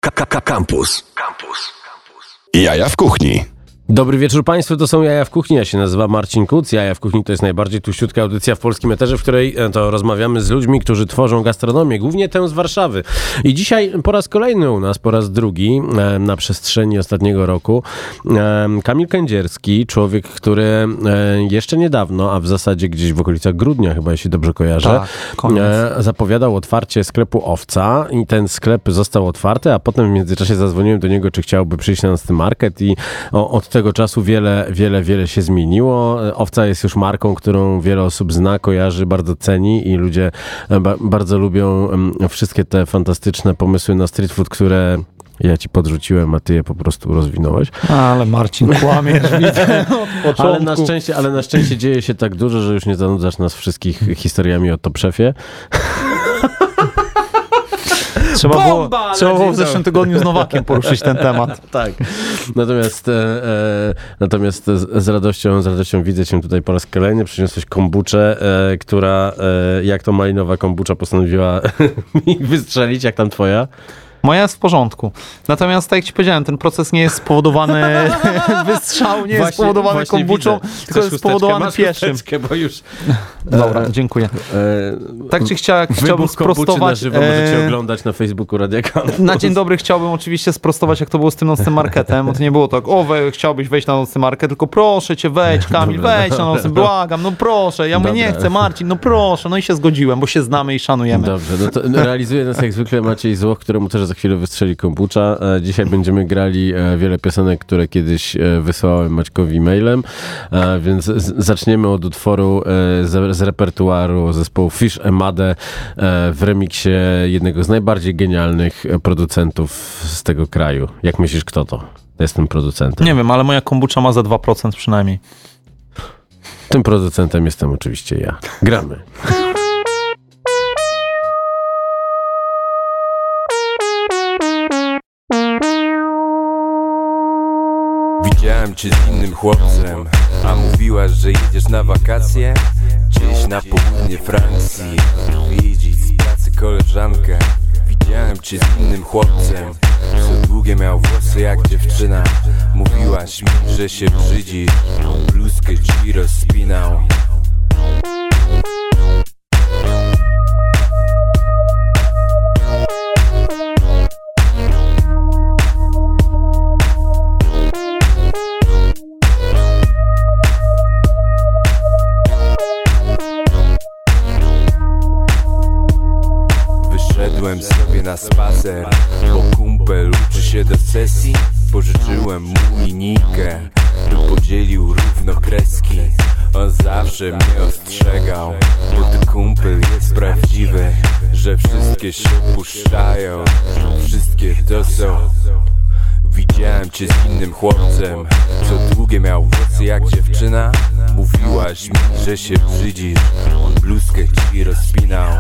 Campus. Jaja w kuchni. Dobry wieczór Państwu, to są Jaja w Kuchni, ja się nazywam Marcin Kuc. Jaja w Kuchni to jest najbardziej tuściutka audycja w polskim eterze, w której to rozmawiamy z ludźmi, którzy tworzą gastronomię, głównie tę z Warszawy. I dzisiaj po raz kolejny u nas, po raz drugi na przestrzeni ostatniego roku, Kamil Kędzierski, człowiek, który jeszcze niedawno, a w zasadzie gdzieś w okolicach grudnia chyba, jeśli dobrze kojarzę, zapowiadał otwarcie sklepu Owca i ten sklep został otwarty, a potem w międzyczasie zadzwoniłem do niego, czy chciałby przyjść na nocny market i od tego czasu wiele się zmieniło. Owca jest już marką, którą wiele osób zna, kojarzy, bardzo ceni i ludzie bardzo lubią wszystkie te fantastyczne pomysły na street food, które ja ci podrzuciłem, a ty je po prostu rozwinąłeś. Ale Marcin, kłamiesz, widzę od początku. Ale na szczęście dzieje się tak dużo, że już nie zanudzasz nas wszystkich historiami o Top Chefie. Trzeba było w zeszłym tygodniu z Nowakiem poruszyć ten temat. Tak. Natomiast z radością widzę cię tutaj po raz kolejny. Przyniosłeś kombuczę, która, jak to malinowa kombucza, postanowiła mi wystrzelić. Jak tam twoja? Moja jest w porządku. Natomiast, tak jak ci powiedziałem, ten proces nie jest spowodowany wystrzał, nie jest spowodowany kombuczą, tylko jest spowodowany pieszym. Bo już... Dobra, dziękuję. Tak czy chciałbym sprostować... na żywo możecie oglądać na Facebooku Radia Campus. Na dzień dobry chciałbym oczywiście sprostować, jak to było z tym nocnym marketem. Bo to nie było tak, chciałbyś wejść na nocny market, tylko proszę cię, wejdź, Kamil, wejdź na nocny, błagam, no proszę. Ja mówię, nie chcę, Marcin, no proszę. No i się zgodziłem, bo się znamy i szanujemy. Dobrze, no to realizuje nas jak zwykle Maciej Złoch, któremu też za chwilę wystrzeli kombucza. Dzisiaj będziemy grali wiele piosenek, które kiedyś wysłałem Maćkowi mailem, więc zaczniemy od utworu z repertuaru zespołu Fish Emade w remiksie jednego z najbardziej genialnych producentów z tego kraju. Jak myślisz, kto to jest tym producentem? Nie wiem, ale moja kombucha ma za 2% przynajmniej. Tym producentem jestem oczywiście ja. Gramy. Widziałem cię z innym chłopcem, a mówiłaś, że jedziesz na wakacje gdzieś na południe Francji. Widzieć z pracy koleżankę. Widziałem cię z innym chłopcem, co długie miał włosy jak dziewczyna. Mówiłaś mi, że się brzydzisz, bluzkę ci rozpinał. Wyszedłem sobie na spacer, bo kumpel uczy się do sesji. Pożyczyłem mu linijkę, by podzielił równo kreski. On zawsze mnie ostrzegał, bo ty kumpel jest prawdziwy, że wszystkie się puszczają, wszystkie to są. Widziałem cię z innym chłopcem, co długie miał włosy jak dziewczyna. Mówiłaś mi, że się brzydzisz, on bluzkę ci rozpinał.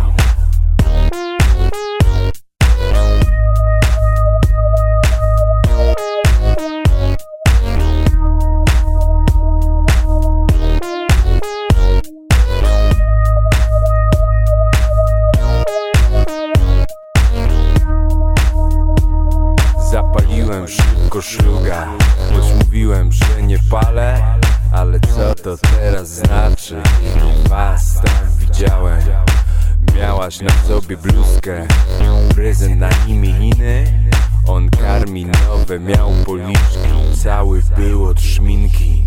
Zapaliłem szybko szluga, choć mówiłem, że nie palę. Ale co to teraz znaczy? Was tam widziałem. Miałaś na sobie bluzkę, prezent na imieniny. On karmi nowe, miał policzki, cały był od szminki.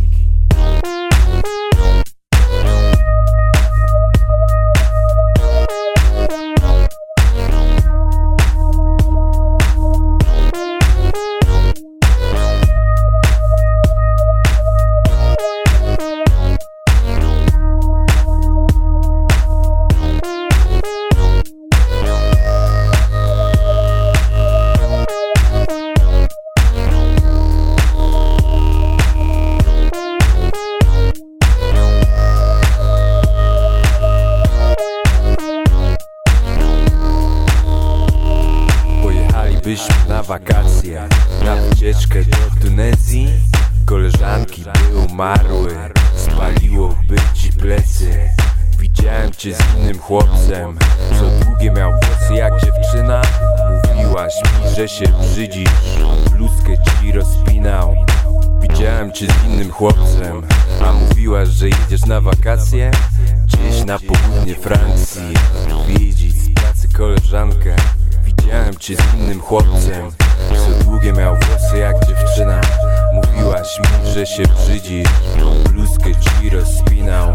Byliśmy na wakacje, na wycieczkę do Tunezji. Koleżanki by umarły, spaliłoby ci plecy. Widziałem cię z innym chłopcem, co długie miał włosy jak dziewczyna. Mówiła Mówiłaś mi, że się brzydzisz, bluzkę ci rozpinał. Widziałem cię z innym chłopcem, a mówiłaś, że jedziesz na wakacje gdzieś na południe Francji. Wiedzieć z pracy koleżankę. Widziałem cię z innym chłopcem, co długie miał włosy jak dziewczyna. Mówiłaś mi, że się brzydzisz, bluzkę ci rozpinał.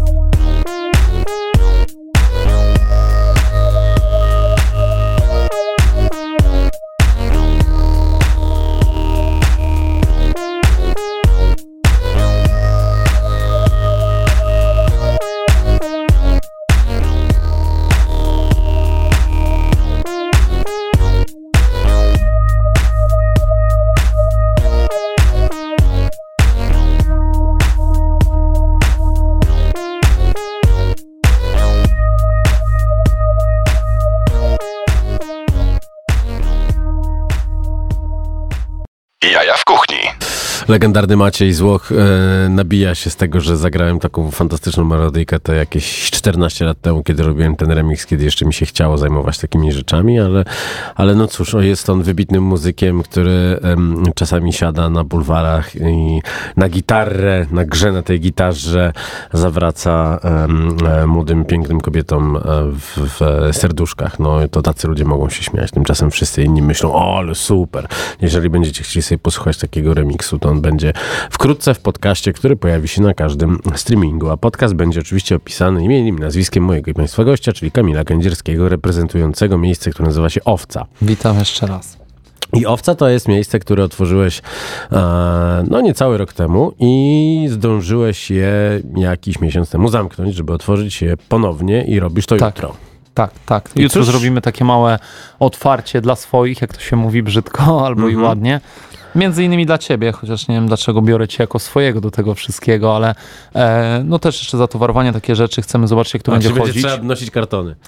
Jaja w kuchni. Legendarny Maciej Złoch nabija się z tego, że zagrałem taką fantastyczną melodyjkę to jakieś 14 lat temu, kiedy robiłem ten remix, kiedy jeszcze mi się chciało zajmować takimi rzeczami, ale no cóż, jest on wybitnym muzykiem, który czasami siada na bulwarach i na gitarę, na grze na tej gitarze zawraca młodym, pięknym kobietom w serduszkach. No to tacy ludzie mogą się śmiać. Tymczasem wszyscy inni myślą, o ale super. Jeżeli będziecie chcieli sobie posłuchać takiego remiksu, to on będzie wkrótce w podcaście, który pojawi się na każdym streamingu. A podcast będzie oczywiście opisany imieniem i nazwiskiem mojego i państwa gościa, czyli Kamila Kędzierskiego, reprezentującego miejsce, które nazywa się Owca. Witam jeszcze raz. I Owca to jest miejsce, które otworzyłeś no niecały rok temu i zdążyłeś je jakiś miesiąc temu zamknąć, żeby otworzyć je ponownie i robisz to jutro. Tak. I Jutro cóż? zrobimy takie małe otwarcie dla swoich, jak to się mówi brzydko albo i ładnie. Między innymi dla ciebie, chociaż nie wiem dlaczego biorę cię jako swojego do tego wszystkiego, ale no też jeszcze zatowarowanie, takie rzeczy, chcemy zobaczyć jak to będzie chodzić. Będzie trzeba nosić kartony.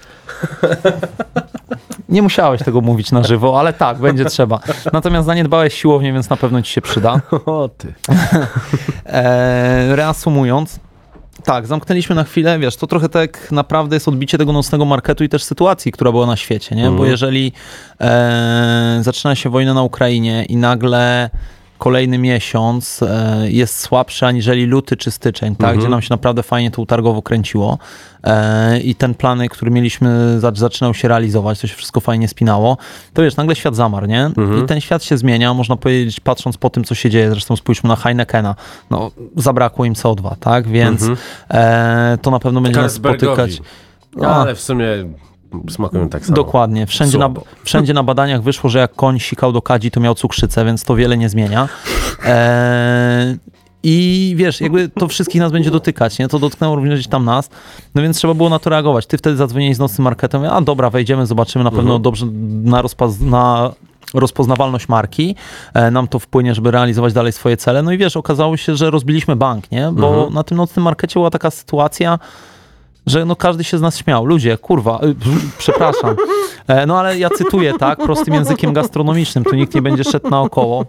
Nie musiałeś tego mówić na żywo, ale tak, będzie trzeba. Natomiast zaniedbałeś siłownię, więc na pewno ci się przyda. O ty. Reasumując, tak, zamknęliśmy na chwilę, wiesz, to trochę tak naprawdę jest odbicie tego nocnego marketu i też sytuacji, która była na świecie, nie? Bo jeżeli zaczyna się wojna na Ukrainie i nagle kolejny miesiąc jest słabszy aniżeli luty czy styczeń, tak? Gdzie nam się naprawdę fajnie to utargowo kręciło i ten plany, który mieliśmy, zaczynał się realizować, to się wszystko fajnie spinało, to wiesz, nagle świat zamarł, nie? I ten świat się zmienia, można powiedzieć, patrząc po tym, co się dzieje, zresztą spójrzmy na Heinekena, no zabrakło im CO2, tak? Więc to na pewno będzie nas spotykać. No, ale w sumie smakują tak samo. Dokładnie. Wszędzie na badaniach wyszło, że jak koń sikał do kadzi, to miał cukrzycę, więc to wiele nie zmienia. I wiesz, jakby to wszystkich nas będzie dotykać, nie? To dotknęło również gdzieś tam nas, no więc trzeba było na to reagować. Ty wtedy zadzwoniłeś z nocnym marketem, a dobra, wejdziemy, zobaczymy, na pewno dobrze na rozpoznawalność marki nam to wpłynie, żeby realizować dalej swoje cele. No i wiesz, okazało się, że rozbiliśmy bank, nie? Bo na tym nocnym markecie była taka sytuacja, że no każdy się z nas śmiał. Ludzie, kurwa, przepraszam. No ale ja cytuję, tak, prostym językiem gastronomicznym, tu nikt nie będzie szedł naokoło.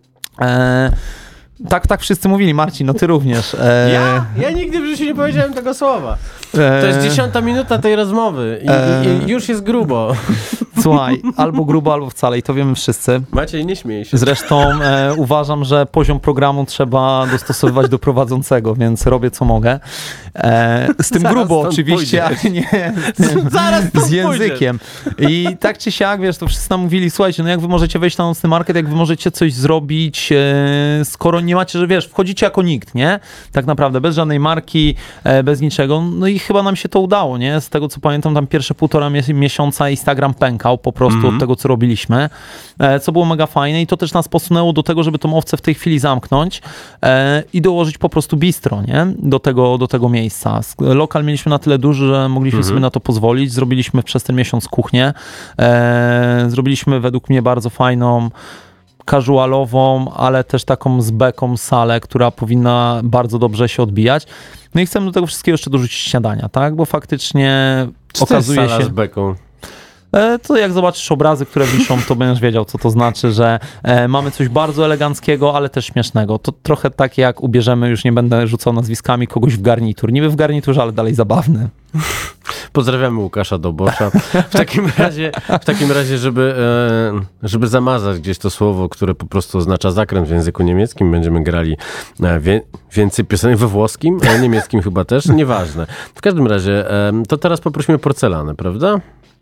Tak wszyscy mówili, Marcin, no ty również. Ja nigdy w życiu nie powiedziałem tego słowa. To jest 10. minuta tej rozmowy i już jest grubo. Słuchaj, albo grubo, albo wcale i to wiemy wszyscy. Maciej, nie śmiej się. Zresztą uważam, że poziom programu trzeba dostosowywać do prowadzącego, więc robię co mogę. Z tym Zaraz grubo stąd oczywiście, ale nie z językiem. I tak czy siak, wiesz, to wszyscy nam mówili, słuchajcie, no jak wy możecie wejść na nocny market, jak wy możecie coś zrobić, skoro nie macie, że wiesz, wchodzicie jako nikt, nie? Tak naprawdę, bez żadnej marki, bez niczego. No i chyba nam się to udało, nie? Z tego, co pamiętam, tam pierwsze 1,5 miesiąca Instagram pękał po prostu od tego, co robiliśmy, co było mega fajne i to też nas posunęło do tego, żeby tą Owcę w tej chwili zamknąć i dołożyć po prostu bistro, nie? Do tego miejsca. Lokal mieliśmy na tyle duży, że mogliśmy sobie na to pozwolić. Zrobiliśmy przez ten miesiąc kuchnię. Zrobiliśmy według mnie bardzo fajną, casualową, ale też taką z beką salę, która powinna bardzo dobrze się odbijać. No i chcemy do tego wszystkiego jeszcze dorzucić śniadania, tak? Bo faktycznie okazuje to jest sala się... z beką? To jak zobaczysz obrazy, które wiszą, to będziesz wiedział, co to znaczy, że mamy coś bardzo eleganckiego, ale też śmiesznego. To trochę tak jak ubierzemy, już nie będę rzucał nazwiskami, kogoś w garnitur. Niby w garniturze, ale dalej zabawny. Pozdrawiamy Łukasza Dobosza. W takim razie, żeby zamazać gdzieś to słowo, które po prostu oznacza zakręt w języku niemieckim, będziemy grali więcej piosenek we włoskim, a niemieckim chyba też, nieważne. W każdym razie, to teraz poprosimy Porcelanę, prawda?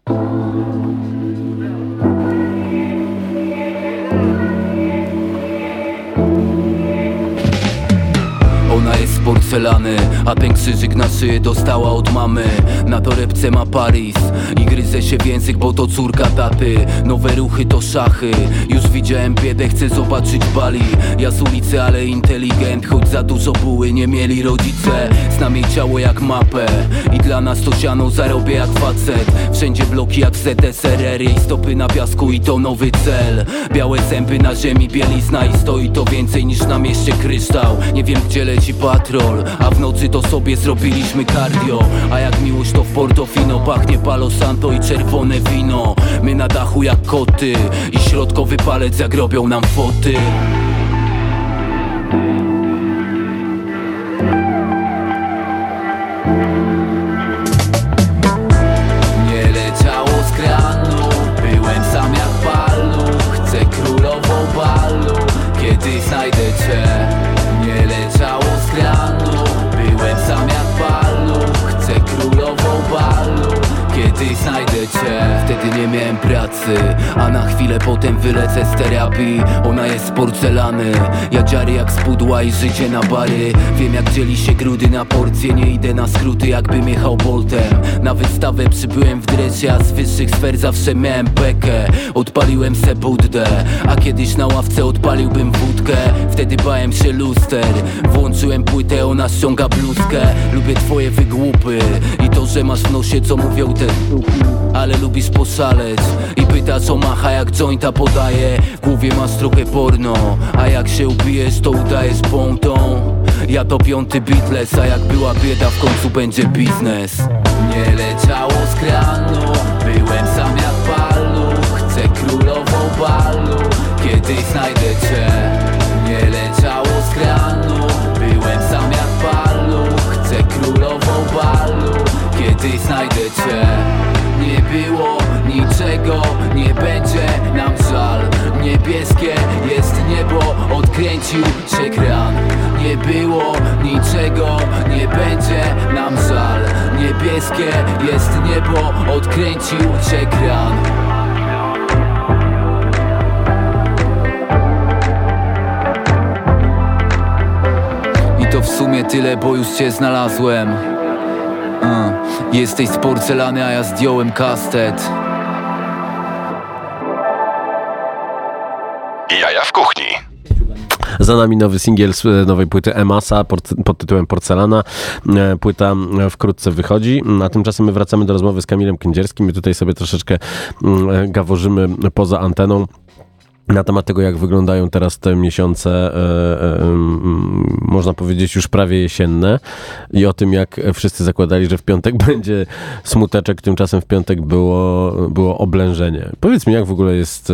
Ona jest z porcelany, a ten krzyżyk na szyję dostała od mamy. Na torebce ma Paris i gryzę się w język, bo to córka taty. Nowe ruchy to szachy, już widziałem biedę, chcę zobaczyć Bali. Ja z ulicy, ale inteligent, choć za dużo buły nie mieli rodzice. Znam jej ciało jak mapę i dla nas to siano zarobię jak facet. Wszędzie bloki jak w ZSRR, jej stopy na piasku i to nowy cel. Białe zęby na ziemi, bielizna i stoi to więcej niż na mieście kryształ. Nie wiem gdzie leci patrol, a w nocy to sobie zrobiliśmy cardio. A jak miłość to w Portofino, pachnie Palo Santo i czerwone wino. My na dachu jak koty i środkowy palec jak robią nam foty. Nie leciało z kranu, byłem sam jak paluch. Chcę królową balu, kiedy znajdę cię. Nie leciało z kranu, byłem sam jak paluch. Chcę królową balu, kiedy znajdę cię. Wtedy nie miałem pracy, a na chwilę potem wylecę z terapii. Ona jest z porcelany, ja dziary jak z pudła i życie na bary. Wiem jak dzieli się grudy na porcje, nie idę na skróty jakbym jechał Boltem. Na wystawę przybyłem w dresie, a z wyższych sfer zawsze miałem bekę. Odpaliłem se buddę, a kiedyś na ławce odpaliłbym wódkę. Wtedy bałem się luster, włączyłem płytę, ona ściąga bluzkę. Lubię twoje wygłupy i to, że masz w nosie co mówią te ale lubisz poszaleć i pytasz o macha jak jointa podaje. W głowie masz trochę porno, a jak się ubijesz to udajesz pontą. Ja to 5. Beatles, a jak była bieda w końcu będzie biznes. Nie leciało z kranu, byłem sam jak paluch. Chcę królową balu, kiedy znajdę cię. Nie leciało z kranu, byłem sam jak paluch. Chcę królową balu, kiedy znajdę cię. Nie było niczego, nie będzie nam żal. Niebieskie jest niebo, odkręcił się kran. Nie było niczego, nie będzie nam żal. Niebieskie jest niebo, odkręcił się kran. I to w sumie tyle, bo już cię znalazłem. Jesteś z porcelany, a ja zdjąłem kastet. Jaja w kuchni. Za nami nowy singiel z nowej płyty Emasa pod tytułem Porcelana. Płyta wkrótce wychodzi, a tymczasem my wracamy do rozmowy z Kamilem Kędzierskim. My tutaj sobie troszeczkę gaworzymy poza anteną na temat tego, jak wyglądają teraz te miesiące, można powiedzieć już prawie jesienne, i o tym, jak wszyscy zakładali, że w piątek będzie smuteczek, tymczasem w piątek było oblężenie. Powiedz mi, jak w ogóle jest...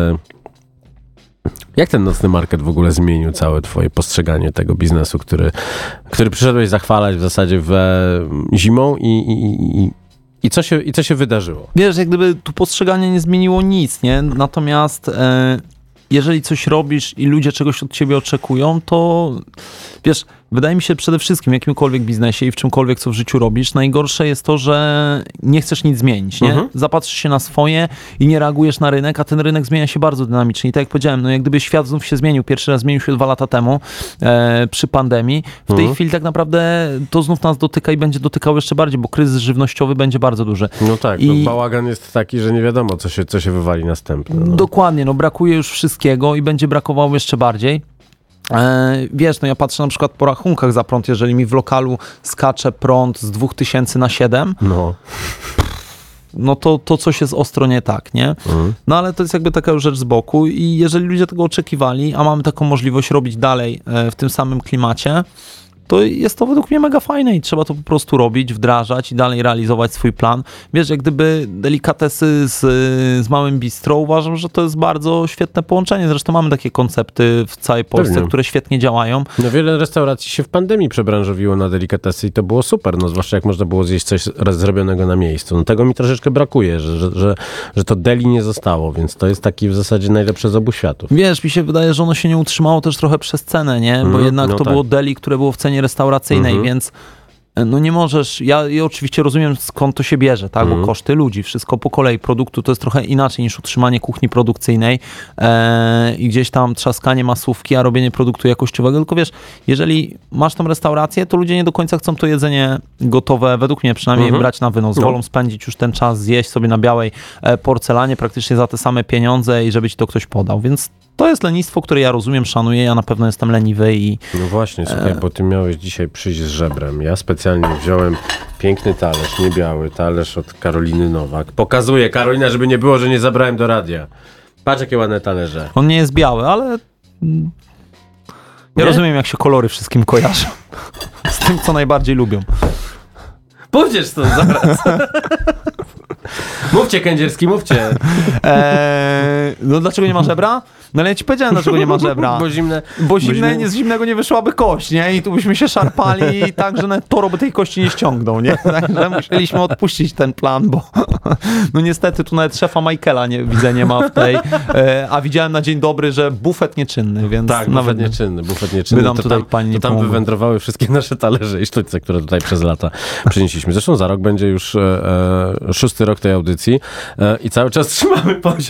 Jak ten nocny market w ogóle zmienił całe twoje postrzeganie tego biznesu, który przyszedłeś zachwalać w zasadzie zimą i co się wydarzyło? Wiesz, jak gdyby tu postrzeganie nie zmieniło nic, nie? Natomiast jeżeli coś robisz i ludzie czegoś od ciebie oczekują, to wiesz, wydaje mi się przede wszystkim w jakimkolwiek biznesie i w czymkolwiek, co w życiu robisz, najgorsze jest to, że nie chcesz nic zmienić, nie? Zapatrzysz się na swoje i nie reagujesz na rynek, a ten rynek zmienia się bardzo dynamicznie. I tak jak powiedziałem, no jak gdyby świat znów się zmienił, pierwszy raz zmienił się 2 lata temu przy pandemii. W tej chwili tak naprawdę to znów nas dotyka i będzie dotykało jeszcze bardziej, bo kryzys żywnościowy będzie bardzo duży. No tak, no bałagan jest taki, że nie wiadomo, co się wywali następne. No. Dokładnie, no brakuje już wszystkiego i będzie brakowało jeszcze bardziej. Wiesz, no ja patrzę na przykład po rachunkach za prąd, jeżeli mi w lokalu skacze prąd z 2000 na 7, no to coś jest ostro nie tak, nie? No ale to jest jakby taka rzecz z boku i jeżeli ludzie tego oczekiwali, a mamy taką możliwość robić dalej w tym samym klimacie, to jest to według mnie mega fajne i trzeba to po prostu robić, wdrażać i dalej realizować swój plan. Wiesz, jak gdyby delikatesy z małym bistro, uważam, że to jest bardzo świetne połączenie. Zresztą mamy takie koncepty w całej Polsce, Pewnie. które świetnie działają. No wiele restauracji się w pandemii przebranżowiło na delikatesy i to było super, no zwłaszcza jak można było zjeść coś zrobionego na miejscu. No tego mi troszeczkę brakuje, że to deli nie zostało, więc to jest taki w zasadzie najlepsze z obu światów. Wiesz, mi się wydaje, że ono się nie utrzymało też trochę przez cenę, nie? Bo jednak no to tak. było deli, które było w cenie restauracyjnej, więc no nie możesz, ja oczywiście rozumiem skąd to się bierze, tak, bo koszty ludzi, wszystko po kolei, produktu to jest trochę inaczej niż utrzymanie kuchni produkcyjnej i gdzieś tam trzaskanie masówki, a robienie produktu jakościowego, tylko wiesz, jeżeli masz tą restaurację, to ludzie nie do końca chcą to jedzenie gotowe, według mnie przynajmniej brać na wynos, wolą spędzić już ten czas, zjeść sobie na białej porcelanie praktycznie za te same pieniądze i żeby ci to ktoś podał, więc to jest lenistwo, które ja rozumiem, szanuję, ja na pewno jestem leniwy i... No właśnie, słuchaj, bo ty miałeś dzisiaj przyjść z żebrem. Ja specjalnie wziąłem piękny talerz, nie biały, talerz od Karoliny Nowak. Pokazuję, Karolina, żeby nie było, że nie zabrałem do radia. Patrz, jakie ładne talerze. On nie jest biały, ale ja rozumiem, jak się kolory wszystkim kojarzą. Z tym, co najbardziej lubią. Pójdziesz stąd zaraz. Mówcie, Kędzierski, mówcie. No dlaczego nie ma żebra? No ale ja ci powiedziałem, dlaczego nie ma żebra. Bo Z zimnego nie wyszłaby kość, nie? I tu byśmy się szarpali tak, że nawet Toro by tej kości nie ściągnął, nie? Także musieliśmy odpuścić ten plan, bo no niestety tu nawet szefa Michaela nie ma w tej, a widziałem na dzień dobry, że bufet nieczynny, więc tak, nawet bufet nieczynny. nam tutaj pani nie tam pomogła. wywędrowały wszystkie nasze talerze i sztućce, które tutaj przez lata przynieśliśmy. Zresztą za rok będzie już 6. rok tej audycji i cały czas trzymamy poziom.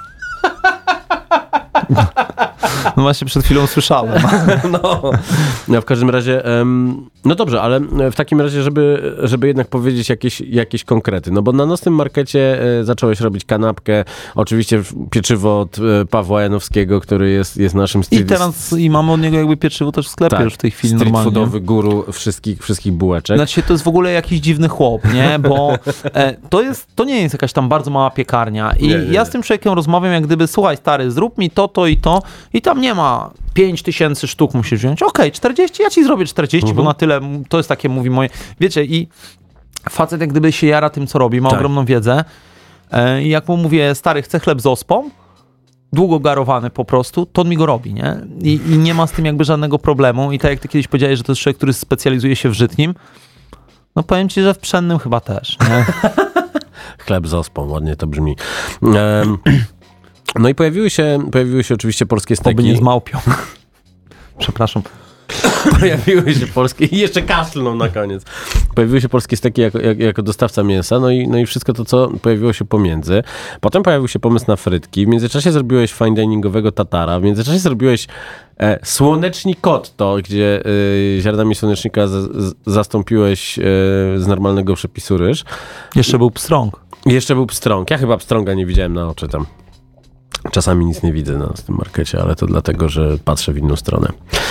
No właśnie przed chwilą słyszałem. No w każdym razie, no dobrze, ale w takim razie, żeby jednak powiedzieć jakieś konkrety, no bo na nocnym markecie zacząłeś robić kanapkę, oczywiście pieczywo od Pawła Janowskiego, który jest naszym I teraz mamy od niego jakby pieczywo też w sklepie już w tej chwili street normalnie. foodowy guru wszystkich bułeczek. Znaczy to jest w ogóle jakiś dziwny chłop, nie? Bo to nie jest jakaś tam bardzo mała piekarnia i ja z tym człowiekiem rozmawiam jak gdyby, słuchaj stary, zrób mi to i tam nie ma 5000 sztuk musisz wziąć. Okej, 40, ja ci zrobię 40, bo na tyle, to jest takie, mówi moje, wiecie, i facet jak gdyby się jara tym, co robi, ma ogromną wiedzę i jak mu mówię, stary, chcę chleb z ospą, długo garowany po prostu, to on mi go robi, nie? I nie ma z tym jakby żadnego problemu i tak jak ty kiedyś powiedziałeś, że to jest człowiek, który specjalizuje się w żytnim, no powiem ci, że w pszennym chyba też, nie? Chleb z ospą, ładnie to brzmi. No i pojawiły się oczywiście polskie steki. Oby nie z małpią. Przepraszam. Pojawiły się polskie i jeszcze kaszlną na koniec. Pojawiły się polskie steki jako dostawca mięsa, no i wszystko to, co pojawiło się pomiędzy. Potem pojawił się pomysł na frytki. W międzyczasie zrobiłeś fine diningowego tatara. W międzyczasie zrobiłeś słonecznik kotto, gdzie ziarnami słonecznika zastąpiłeś z normalnego przepisu ryż. Jeszcze był pstrąg. Jeszcze był pstrąg. Ja chyba pstrąga nie widziałem na oczy tam. Czasami nic nie widzę na tym markecie, ale to dlatego, że patrzę w inną stronę.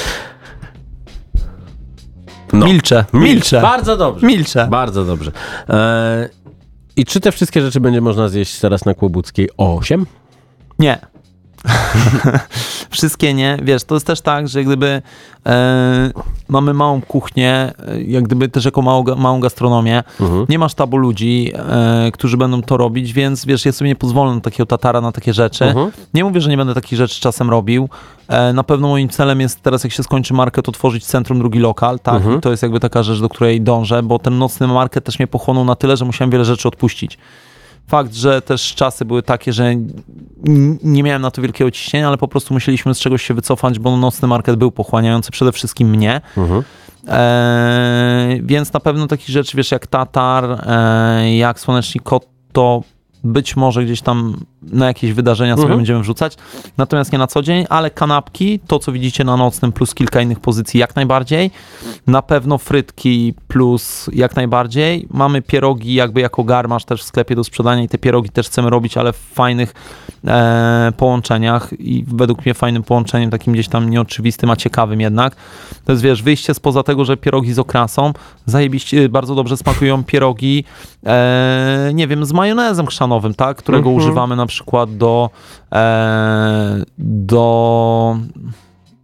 No. Milczę. Bardzo dobrze. Milczę. Bardzo dobrze. I czy te wszystkie rzeczy będzie można zjeść teraz na Kłobuckiej 8? Nie. Wszystkie nie. Wiesz, to jest też tak, że gdyby mamy małą kuchnię, jak gdyby też jako małą gastronomię, nie ma sztabu ludzi, którzy będą to robić, więc wiesz, ja sobie nie pozwolę na takiego tatara, na takie rzeczy. Nie mówię, że nie będę takich rzeczy czasem robił. Na pewno moim celem jest teraz, jak się skończy market, otworzyć w centrum drugi lokal, tak? I to jest jakby taka rzecz, do której dążę, bo ten nocny market też mnie pochłonął na tyle, że musiałem wiele rzeczy odpuścić. Fakt, że też czasy były takie, że nie miałem na to wielkiego ciśnienia, ale po prostu musieliśmy z czegoś się wycofać, bo nocny market był pochłaniający przede wszystkim mnie. Więc na pewno takich rzeczy, wiesz, jak tatar, jak słonecznik kotto, być może gdzieś tam na jakieś wydarzenia sobie będziemy wrzucać, natomiast nie na co dzień, ale kanapki, to co widzicie na nocnym plus kilka innych pozycji jak najbardziej, na pewno frytki plus jak najbardziej, mamy pierogi jakby jako garmasz też w sklepie do sprzedania i te pierogi też chcemy robić, ale w fajnych połączeniach i według mnie fajnym połączeniem, takim gdzieś tam nieoczywistym, a ciekawym jednak. To jest, wiesz, wyjście spoza tego, że pierogi z okrasą, zajebiście, bardzo dobrze smakują pierogi, nie wiem, z majonezem chrzanowym, tak, którego używamy na przykład do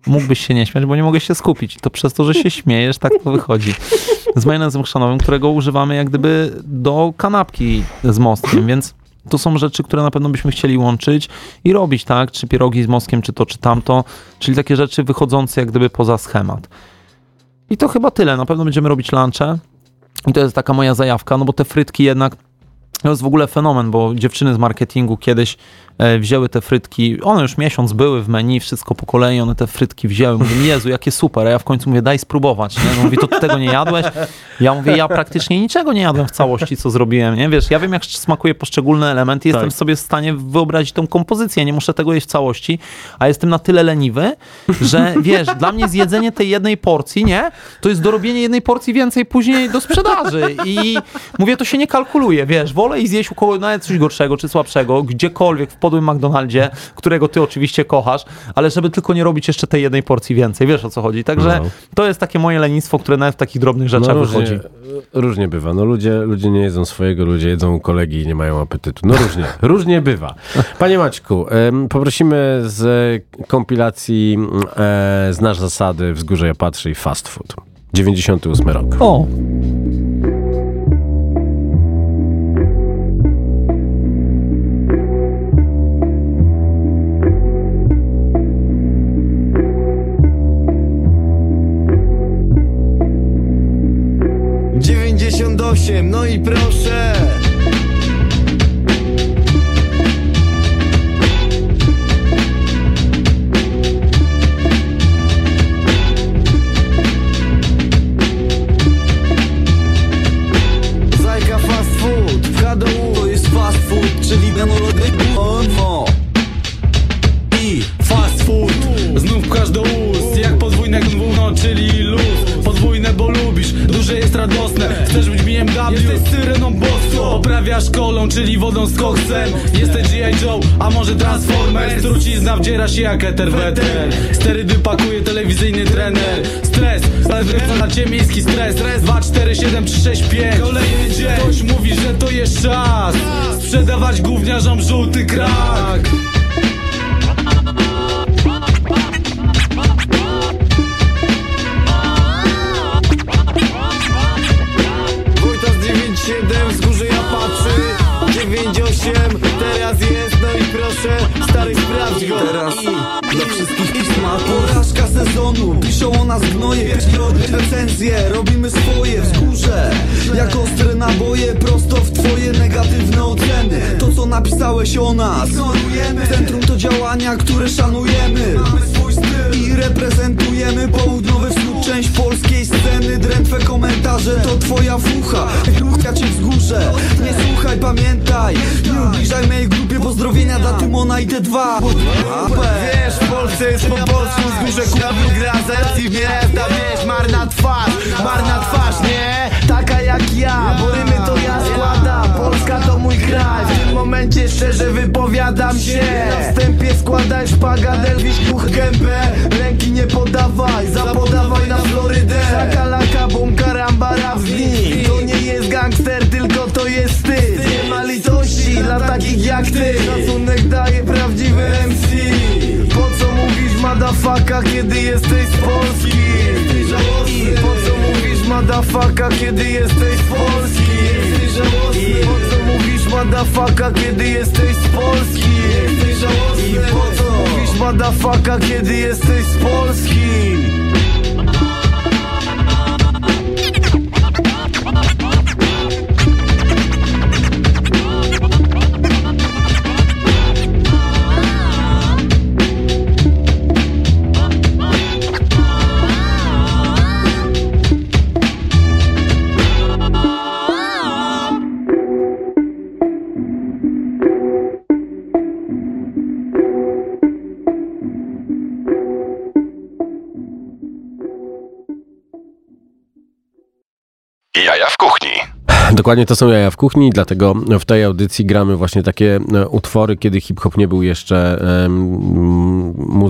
mógłbyś się nie śmiać, bo nie mogę się skupić. To przez to, że się śmiejesz, tak to wychodzi. Z majonezem chrzanowym, którego używamy jak gdyby do kanapki z mostkiem, więc to są rzeczy, które na pewno byśmy chcieli łączyć i robić, tak? Czy pierogi z mostkiem, czy to, czy tamto. Czyli takie rzeczy wychodzące jak gdyby poza schemat. I to chyba tyle. Na pewno będziemy robić lunche. I to jest taka moja zajawka, no bo te frytki jednak to jest w ogóle fenomen, bo dziewczyny z marketingu kiedyś wzięły te frytki, one już miesiąc były w menu, wszystko po kolei, one te frytki wzięły. Mówię, Jezu, jakie super, a ja w końcu mówię, daj spróbować, nie? No mówi, to ty tego nie jadłeś? Ja mówię, ja praktycznie niczego nie jadłem w całości, co zrobiłem, nie? Wiesz, ja wiem, jak smakuje poszczególny element i jestem sobie w stanie wyobrazić tą kompozycję, nie muszę tego jeść w całości, a jestem na tyle leniwy, że wiesz, dla mnie zjedzenie tej jednej porcji, nie? To jest dorobienie jednej porcji więcej później do sprzedaży i mówię, to się nie kalkuluje, wiesz, wolę i zjeść u kogoś nawet coś gorszego czy słabszego, gdziekolwiek w podłym McDonaldzie, którego ty oczywiście kochasz, ale żeby tylko nie robić jeszcze tej jednej porcji więcej, wiesz o co chodzi. Także to jest takie moje lenistwo, które nawet w takich drobnych rzeczach wychodzi. Różnie bywa. No ludzie nie jedzą swojego, ludzie jedzą u kolegi i nie mają apetytu. No różnie bywa. Panie Maćku, poprosimy z kompilacji Znasz zasady, Wzgórze ja patrzę i Fast Food. 98 rok. O! No i proszę. Zajka fast food, w HDU to jest fast food, czyli mianology i fast food. Znów pchasz do ust, jak podwójne gówno, czyli luz. Podwójne, bo lubisz, duże jest radosne. Chcesz być BMW, jesteś syreną boską. Poprawiasz kolą, czyli wodą z koksem. Jesteś G.I. Joe, a może Transformers. Trucizna wdziera się jak eter-weter. Sterydy pakuje telewizyjny trener. Stres, ale wraca na ciebie miejski stres. 2, 4, 7, 3, 6, 5. Kolejny dzień, ktoś mówi, że to jest czas sprzedawać gówniarzom żółty krak. Wzgórze ja patrzy, 98 teraz jest, no i proszę, stary sprawdź go. Teraz dla wszystkich pisma porażka sezonu, piszą o nas gnoje, recenzje, robimy swoje. Wzgórze, jak ostre naboje, prosto w twoje negatywne oceny. To co napisałeś o nas ignorujemy. Centrum to działania, które szanujemy. Mamy swój styl i reprezentujemy południowy wschód, część polskiej sceny. Drętwe komentarze to twoja fucha, rucha cię Wzgórze. Nie słuchaj, pamiętaj, nie ubliżaj mojej grupie. Pozdrowienia dla Tymona i T2. Wiesz, w Polsce jest po polsku. Wzgórze kupił grazet i miasta. Wiesz, marna twarz, nie? Taka jak ja, bo rymy to ja składam. Polska to mój kraj, w tym momencie szczerze wypowiadam się. Na wstępie składaj szpagat, Elwiś puch gębę. Ręki nie podawaj, zapodawaj na Florydę. Szakalaka, bum, karamba, rap z dni. To nie jest gangster, tylko to jest wstyd. Nie ma litości dla takich jak ty. Szacunek daje prawdziwy MC. Po co mówisz madafaka, kiedy jesteś z Polski? I po co mówisz madafaka, kiedy jesteś z Polski? I po co mówisz madafaka, kiedy jesteś z Polski? I po co mówisz madafaka, kiedy jesteś z Polski? Jaja w kuchni. Dokładnie, to są Jaja w kuchni, dlatego w tej audycji gramy właśnie takie utwory, kiedy hip-hop nie był jeszcze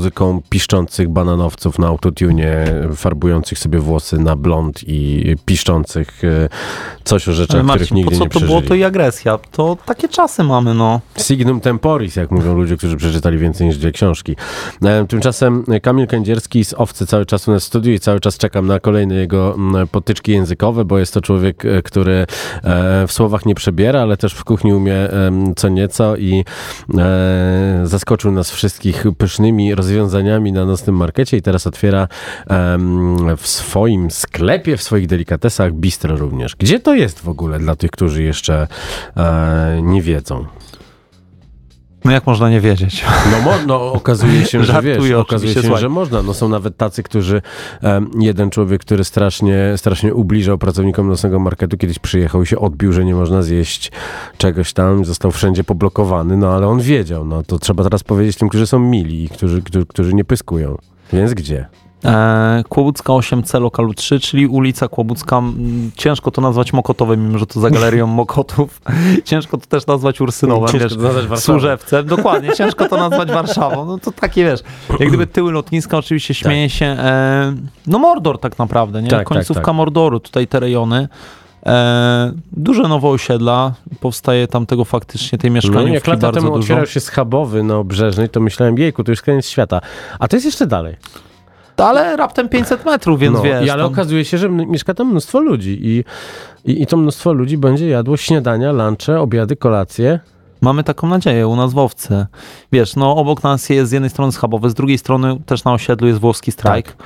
muzyką piszczących bananowców na autotune, farbujących sobie włosy na blond i piszczących coś o rzeczach, Marcin, których nigdy po co nie to przeżyli. było to i agresja? To takie czasy mamy, no. Signum temporis, jak mówią ludzie, którzy przeczytali więcej niż 2 książki. Tymczasem Kamil Kędzierski z Owcy cały czas u nas w studiu i cały czas czekam na kolejne jego potyczki językowe, bo jest to człowiek, który w słowach nie przebiera, ale też w kuchni umie co nieco i zaskoczył nas wszystkich pysznymi rozwiązaniami na nocnym markecie i teraz otwiera w swoim sklepie, w swoich delikatesach bistro również. Gdzie to jest w ogóle dla tych, którzy jeszcze nie wiedzą? No jak można nie wiedzieć? No okazuje się, że Żartuję, wiesz, okazuje się, słuchaj. że można. No są nawet tacy, którzy, jeden człowiek, który strasznie ubliżał pracownikom nocnego marketu, kiedyś przyjechał i się odbił, że nie można zjeść czegoś tam, został wszędzie poblokowany, no ale on wiedział, no to trzeba teraz powiedzieć tym, którzy są mili i którzy nie pyskują. Więc gdzie? Kłobucka 8C, lokalu 3, czyli ulica Kłobucka. Ciężko to nazwać Mokotowem, mimo że to za galerią Mokotów. Ciężko to też nazwać Ursynowem, Ciężko wiesz, to nazwać Warszawą. Służewcem. Dokładnie, ciężko to nazwać Warszawą. No to takie, wiesz, jak gdyby tyły lotniska, oczywiście śmieje się. No Mordor tak naprawdę, nie? Tak, Końcówka tak. Mordoru, tutaj te rejony. Duże nowe osiedla, powstaje tam tego faktycznie, tej No, mieszkaniówki jak lata bardzo temu dużo. otwierał się Schabowy na Obrzeżnej, to myślałem, jejku, to już koniec świata. A to jest jeszcze dalej. Ale raptem 500 metrów, więc wiesz. Ale tam... okazuje się, że mieszka tam mnóstwo ludzi i to mnóstwo ludzi będzie jadło śniadania, lunche, obiady, kolacje. Mamy taką nadzieję u nas w Owcy. Wiesz, no obok nas jest z jednej strony Schabowy, z drugiej strony też na osiedlu jest włoski strajk.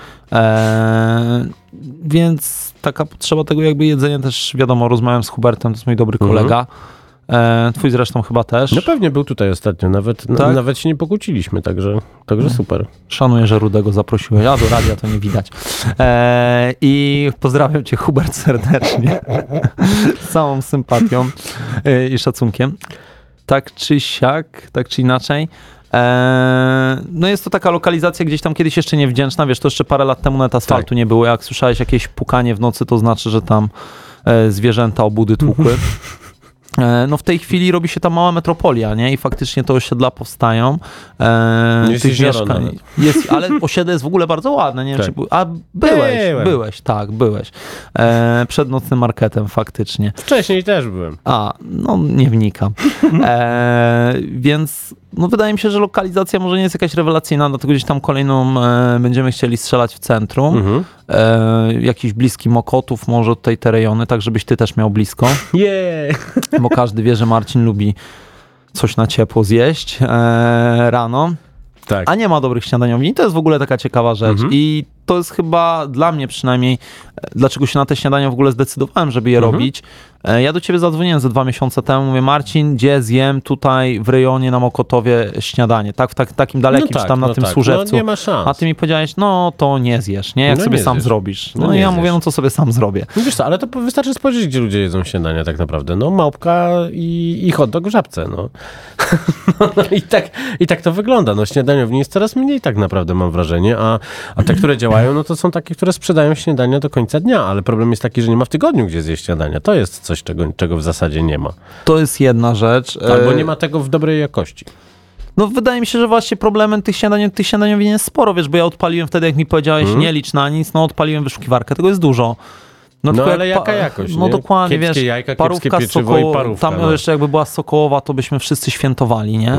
Więc taka potrzeba tego jakby jedzenia też, wiadomo, rozmawiam z Hubertem, to jest mój dobry kolega. Twój zresztą chyba też. No pewnie był tutaj ostatnio, nawet się nie pokłóciliśmy, także super. Szanuję, że Rudego zaprosiłeś, a do radia to nie widać. I pozdrawiam cię, Hubert, serdecznie. Z całą sympatią i szacunkiem. Tak czy siak, tak czy inaczej. No jest to taka lokalizacja gdzieś tam kiedyś jeszcze niewdzięczna, wiesz, to jeszcze parę lat temu nawet asfaltu nie było. Jak słyszałeś jakieś pukanie w nocy, to znaczy, że tam zwierzęta obudy tłukły. No w tej chwili robi się tam mała metropolia, nie? I faktycznie te osiedla powstają. Jest tych jezioro mieszkań jest, ale osiedle jest w ogóle bardzo ładne, nie wiem, czy byłeś, byłeś. Przed nocnym marketem faktycznie. Wcześniej też byłem. No nie wnikam. Więc no wydaje mi się, że lokalizacja może nie jest jakaś rewelacyjna, dlatego gdzieś tam kolejną będziemy chcieli strzelać w centrum. Jakiś bliski Mokotów, może tutaj te rejony, tak żebyś ty też miał blisko. Bo każdy wie, że Marcin lubi coś na ciepło zjeść rano. Tak. A nie ma dobrych śniadaniowni. To jest w ogóle taka ciekawa rzecz. I to jest chyba dla mnie przynajmniej, dlaczego się na te śniadania w ogóle zdecydowałem, żeby je robić. Ja do ciebie zadzwoniłem ze 2 miesiące temu, mówię, Marcin, gdzie zjem tutaj w rejonie na Mokotowie śniadanie, tak? W takim dalekim, czy tam na tym Służewcu. No nie ma szans. A ty mi powiedziałeś, no to nie zjesz, nie? Jak No sobie nie sam zjesz. zrobisz. No No i nie ja zjesz. mówię, no to sobie sam zrobię. No wiesz co, ale to wystarczy spojrzeć, gdzie ludzie jedzą śniadania tak naprawdę. No małpka i hot dog w Żabce, no. I tak to wygląda. No śniadaniowni jest coraz mniej tak naprawdę, mam wrażenie, a te, które działają, no to są takie, które sprzedają śniadania do końca dnia, ale problem jest taki, że nie ma w tygodniu gdzie zjeść śniadania. To jest coś, czego w zasadzie nie ma. To jest jedna rzecz. Albo nie ma tego w dobrej jakości. No wydaje mi się, że właśnie problemem tych śniadaniowień jest sporo, wiesz, bo ja odpaliłem wtedy, jak mi powiedziałeś, nie licz na nic, no odpaliłem wyszukiwarkę, tego jest dużo. No tylko ale jaka jakość, No nie? dokładnie, Kiepskie wiesz, jajka, parówka kiepskie pieczywo i parówka, tam no. jeszcze jakby była sokołowa, to byśmy wszyscy świętowali, nie?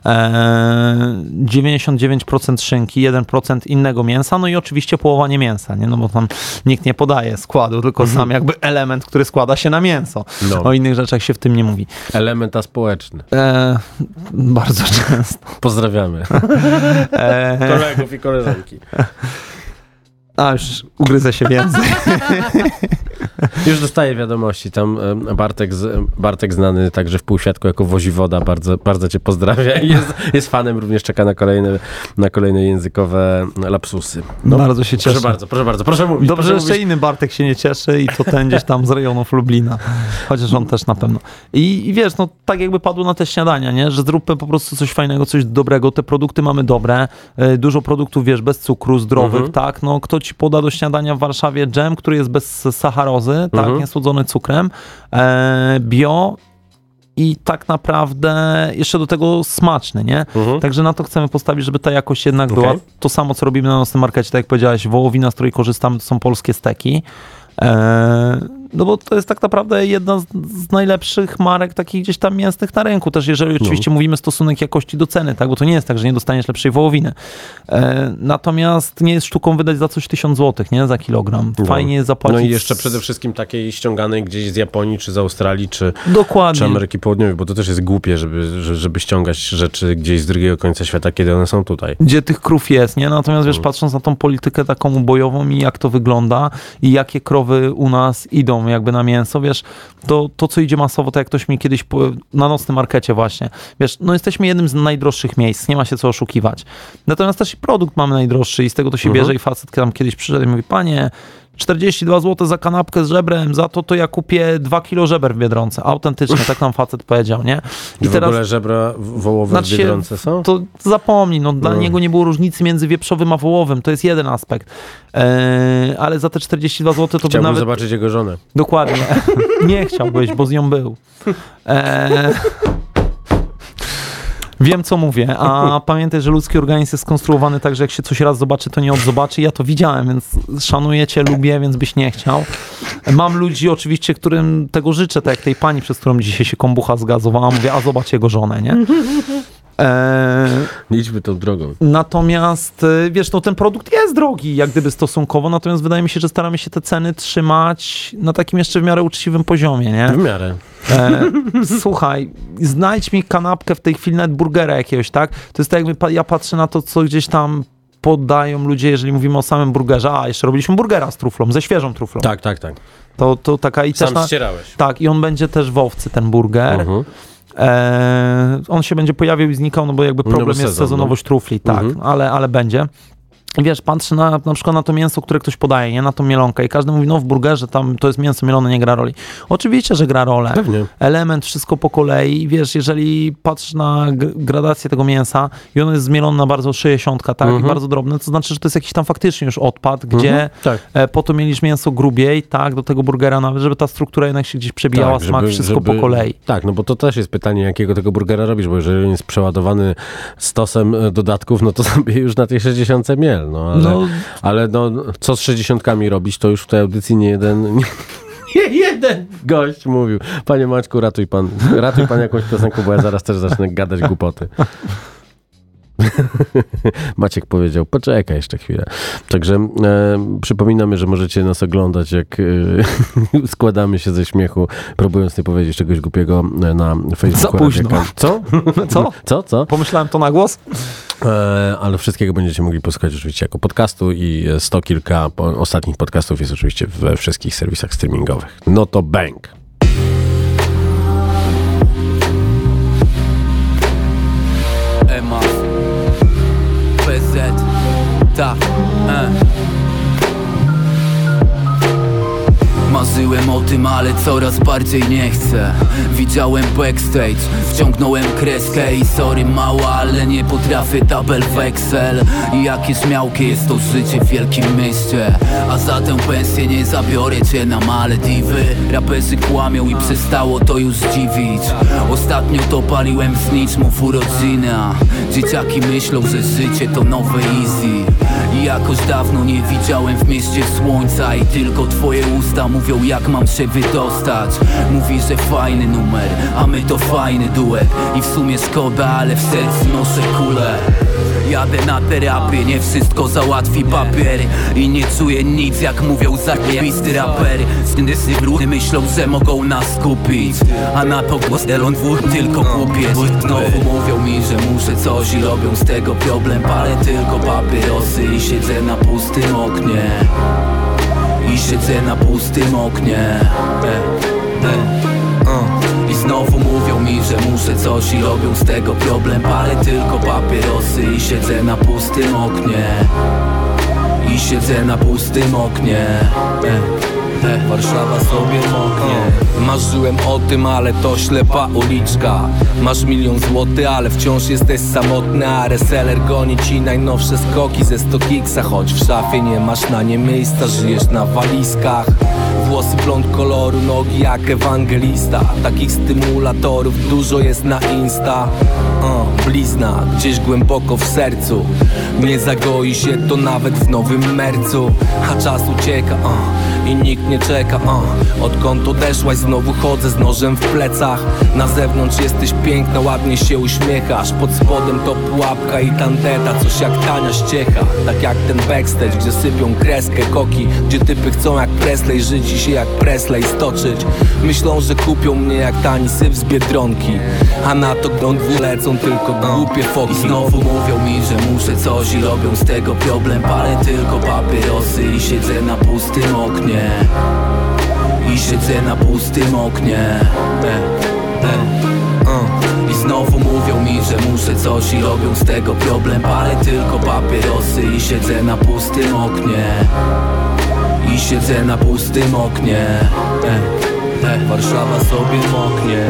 99% szynki, 1% innego mięsa, no i oczywiście połowa nie mięsa, nie? No bo tam nikt nie podaje składu, tylko sam jakby element, który składa się na mięso. No. O innych rzeczach się w tym nie mówi. Element aspołeczny. Bardzo często. Pozdrawiamy. Kolegów i koleżanki. A już ugryzę się więcej. Już dostaję wiadomości. Tam Bartek znany także w Półświadku jako woziwoda, bardzo cię pozdrawia i jest fanem, również czeka na kolejne językowe lapsusy. No, Bardzo się cieszę. Proszę bardzo, proszę mówić. Dobrze, proszę że jeszcze mówić. inny Bartek się nie cieszy i to ten gdzieś tam z rejonów Lublina. Chociaż on też na pewno. I wiesz, no tak jakby padło na te śniadania, nie? Że zróbmy po prostu coś fajnego, coś dobrego. Te produkty mamy dobre. Dużo produktów, wiesz, bez cukru, zdrowych, tak? No kto ci poda do śniadania w Warszawie dżem, który jest bez sacharozy, tak? Niesłodzony cukrem. Bio. i tak naprawdę jeszcze do tego smaczny, nie? Także na to chcemy postawić, żeby ta jakość jednak była. To samo, co robimy na nocnym markecie, tak jak powiedziałeś, wołowina, z której korzystamy, to są polskie steki. No bo to jest tak naprawdę jedna z najlepszych marek takich gdzieś tam mięsnych na rynku. Też jeżeli oczywiście mówimy stosunek jakości do ceny, tak? Bo to nie jest tak, że nie dostaniesz lepszej wołowiny. Natomiast nie jest sztuką wydać za coś 1000 zł, nie? Za kilogram. Fajnie jest zapłacić. No i jeszcze przede wszystkim takiej ściąganej gdzieś z Japonii, czy z Australii, czy Dokładnie. Ameryki Południowej, bo to też jest głupie, żeby ściągać rzeczy gdzieś z drugiego końca świata, kiedy one są tutaj. Gdzie tych krów jest, nie? Natomiast wiesz, patrząc na tą politykę taką ubojową i jak to wygląda i jakie krowy u nas idą jakby na mięso, wiesz, to co idzie masowo, to jak ktoś mi kiedyś na nocnym markecie właśnie, wiesz, no jesteśmy jednym z najdroższych miejsc, nie ma się co oszukiwać. Natomiast też i produkt mamy najdroższy i z tego to się bierze i facet tam kiedyś przyszedł i mówi, panie, 42 zł za kanapkę z żebrem, za to ja kupię 2 kilo żeber w Biedronce. Autentycznie, tak nam facet powiedział, nie? I w ogóle żebra wołowe w Biedronce są? To zapomnij, no dla niego nie było różnicy między wieprzowym a wołowym, to jest jeden aspekt. Ale za te 42 zł to Chciałbym by nawet... zobaczyć jego żonę. Dokładnie. Nie chciałbyś, bo z nią był. Wiem, co mówię, a pamiętaj, że ludzki organizm jest skonstruowany tak, że jak się coś raz zobaczy, to nie odzobaczy. Ja to widziałem, więc szanuję cię, lubię, więc byś nie chciał. Mam ludzi oczywiście, którym tego życzę, tak jak tej pani, przez którą dzisiaj się kombucha zgazowała, mówię, a zobacz jego żonę, nie? Idźmy tą drogą. Natomiast, wiesz, no ten produkt jest drogi, jak gdyby stosunkowo, natomiast wydaje mi się, że staramy się te ceny trzymać na takim jeszcze w miarę uczciwym poziomie, nie? W miarę. Słuchaj, znajdź mi kanapkę w tej chwili, nawet burgera jakiegoś, tak? To jest tak, jakby ja patrzę na to, co gdzieś tam podają ludzie, jeżeli mówimy o samym burgerze. A, jeszcze robiliśmy burgera z truflą, ze świeżą truflą. Tak. To taka i Sam też ścierałeś. Tak, i on będzie też w Owcy, ten burger. On się będzie pojawiał i znikał, no bo jakby problem jest sezonowość trufli, tak, ale będzie. I wiesz, patrzę na przykład na to mięso, które ktoś podaje, nie? Na tą mielonkę i każdy mówi, no w burgerze tam to jest mięso mielone, nie gra roli. Oczywiście, że gra rolę. Pewnie. Element, wszystko po kolei. Wiesz, jeżeli patrzysz na gradację tego mięsa i ono jest zmielone na bardzo 60, tak, i bardzo drobne, to znaczy, że to jest jakiś tam faktycznie już odpad, gdzie po to mielisz mięso grubiej, tak, do tego burgera nawet, żeby ta struktura jednak się gdzieś przebijała, tak, smak, wszystko po kolei. Tak, no bo to też jest pytanie, jakiego tego burgera robisz, bo jeżeli on jest przeładowany stosem dodatków, no to sobie już na tej 60 miel. Ale co z 60 robić, to już w tej audycji nie jeden gość mówił. Panie Maćku, ratuj pan jakąś piosenkę, bo ja zaraz też zacznę gadać głupoty. Maciek powiedział, poczekaj jeszcze chwilę. Także przypominamy, że możecie nas oglądać, jak składamy się ze śmiechu, próbując nie powiedzieć czegoś głupiego na Facebooku. Za późno. Co? Pomyślałem to na głos. Ale wszystkiego będziecie mogli posłuchać oczywiście jako podcastu i 100 kilka ostatnich podcastów jest oczywiście we wszystkich serwisach streamingowych. No to bang! Tak, Marzyłem o tym, ale coraz bardziej nie chcę. Widziałem backstage, wciągnąłem kreskę i sorry mała, ale nie potrafię tabel w Excel. I jakie śmiałkie jest to życie w wielkim mieście. A za tę pensję nie zabiorę cię na Malediwy. Raperzy kłamią i przestało to już dziwić. Ostatnio to paliłem z niczmów urodziny, a dzieciaki myślą, że życie to nowe easy. I jakoś dawno nie widziałem w mieście słońca i tylko twoje usta mówią, jak mam się wydostać. Mówi, że fajny numer, a my to fajny duet. I w sumie szkoda, ale w sercu noszę kulę. Jadę na terapię, nie wszystko załatwi papier. I nie czuję nic, jak mówią zajebisty raper. Stynysy brudy myślą, że mogą nas kupić, a na to głos Elon dwóch tylko kupiec. Znowu mówią mi, że muszę coś i robią z tego problem. Palę tylko papierosy i siedzę na pustym oknie. I znowu mówią mi, że muszę coś i robią z tego problem. Palę tylko papierosy i siedzę na pustym oknie. Warszawa sobie moknie. Marzyłem o tym, ale to ślepa uliczka. Masz 1 000 000 złotych, ale wciąż jesteś samotny. A reseller goni ci najnowsze skoki ze 100 kiksa. Choć w szafie nie masz na nie miejsca, żyjesz na walizkach. Włosy blond koloru, nogi jak ewangelista. Takich stymulatorów dużo jest na Insta. Blizna gdzieś głęboko w sercu. Nie zagoi się to nawet w nowym mercu. A czas ucieka i nikt nie czeka. Odkąd odeszłaś znowu chodzę z nożem w plecach. Na zewnątrz jesteś piękna, ładnie się uśmiechasz. Pod spodem to pułapka i tandeta, coś jak tania ściecha. Tak jak ten backstage, gdzie sypią kreskę koki, gdzie typy chcą jak Presley żyć i się jak Presley stoczyć. Myślą, że kupią mnie jak tani syf z Biedronki, a na to grądwu lecą tylko głupie foki. I znowu mówią mi, że muszę coś i robią z tego problem. Palę tylko papierosy i siedzę na pustym oknie. I siedzę na pustym oknie. I znowu mówią mi, że muszę coś i robią z tego problem. Palę tylko papierosy i siedzę na pustym oknie. I siedzę na pustym oknie. Warszawa sobie moknie.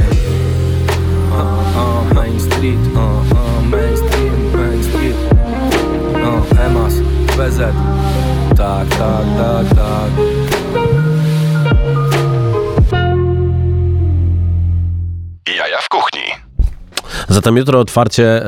Main Street, Main Street, Main Street. Emas, BZ. Tak. Jaja w kuchni. Zatem jutro otwarcie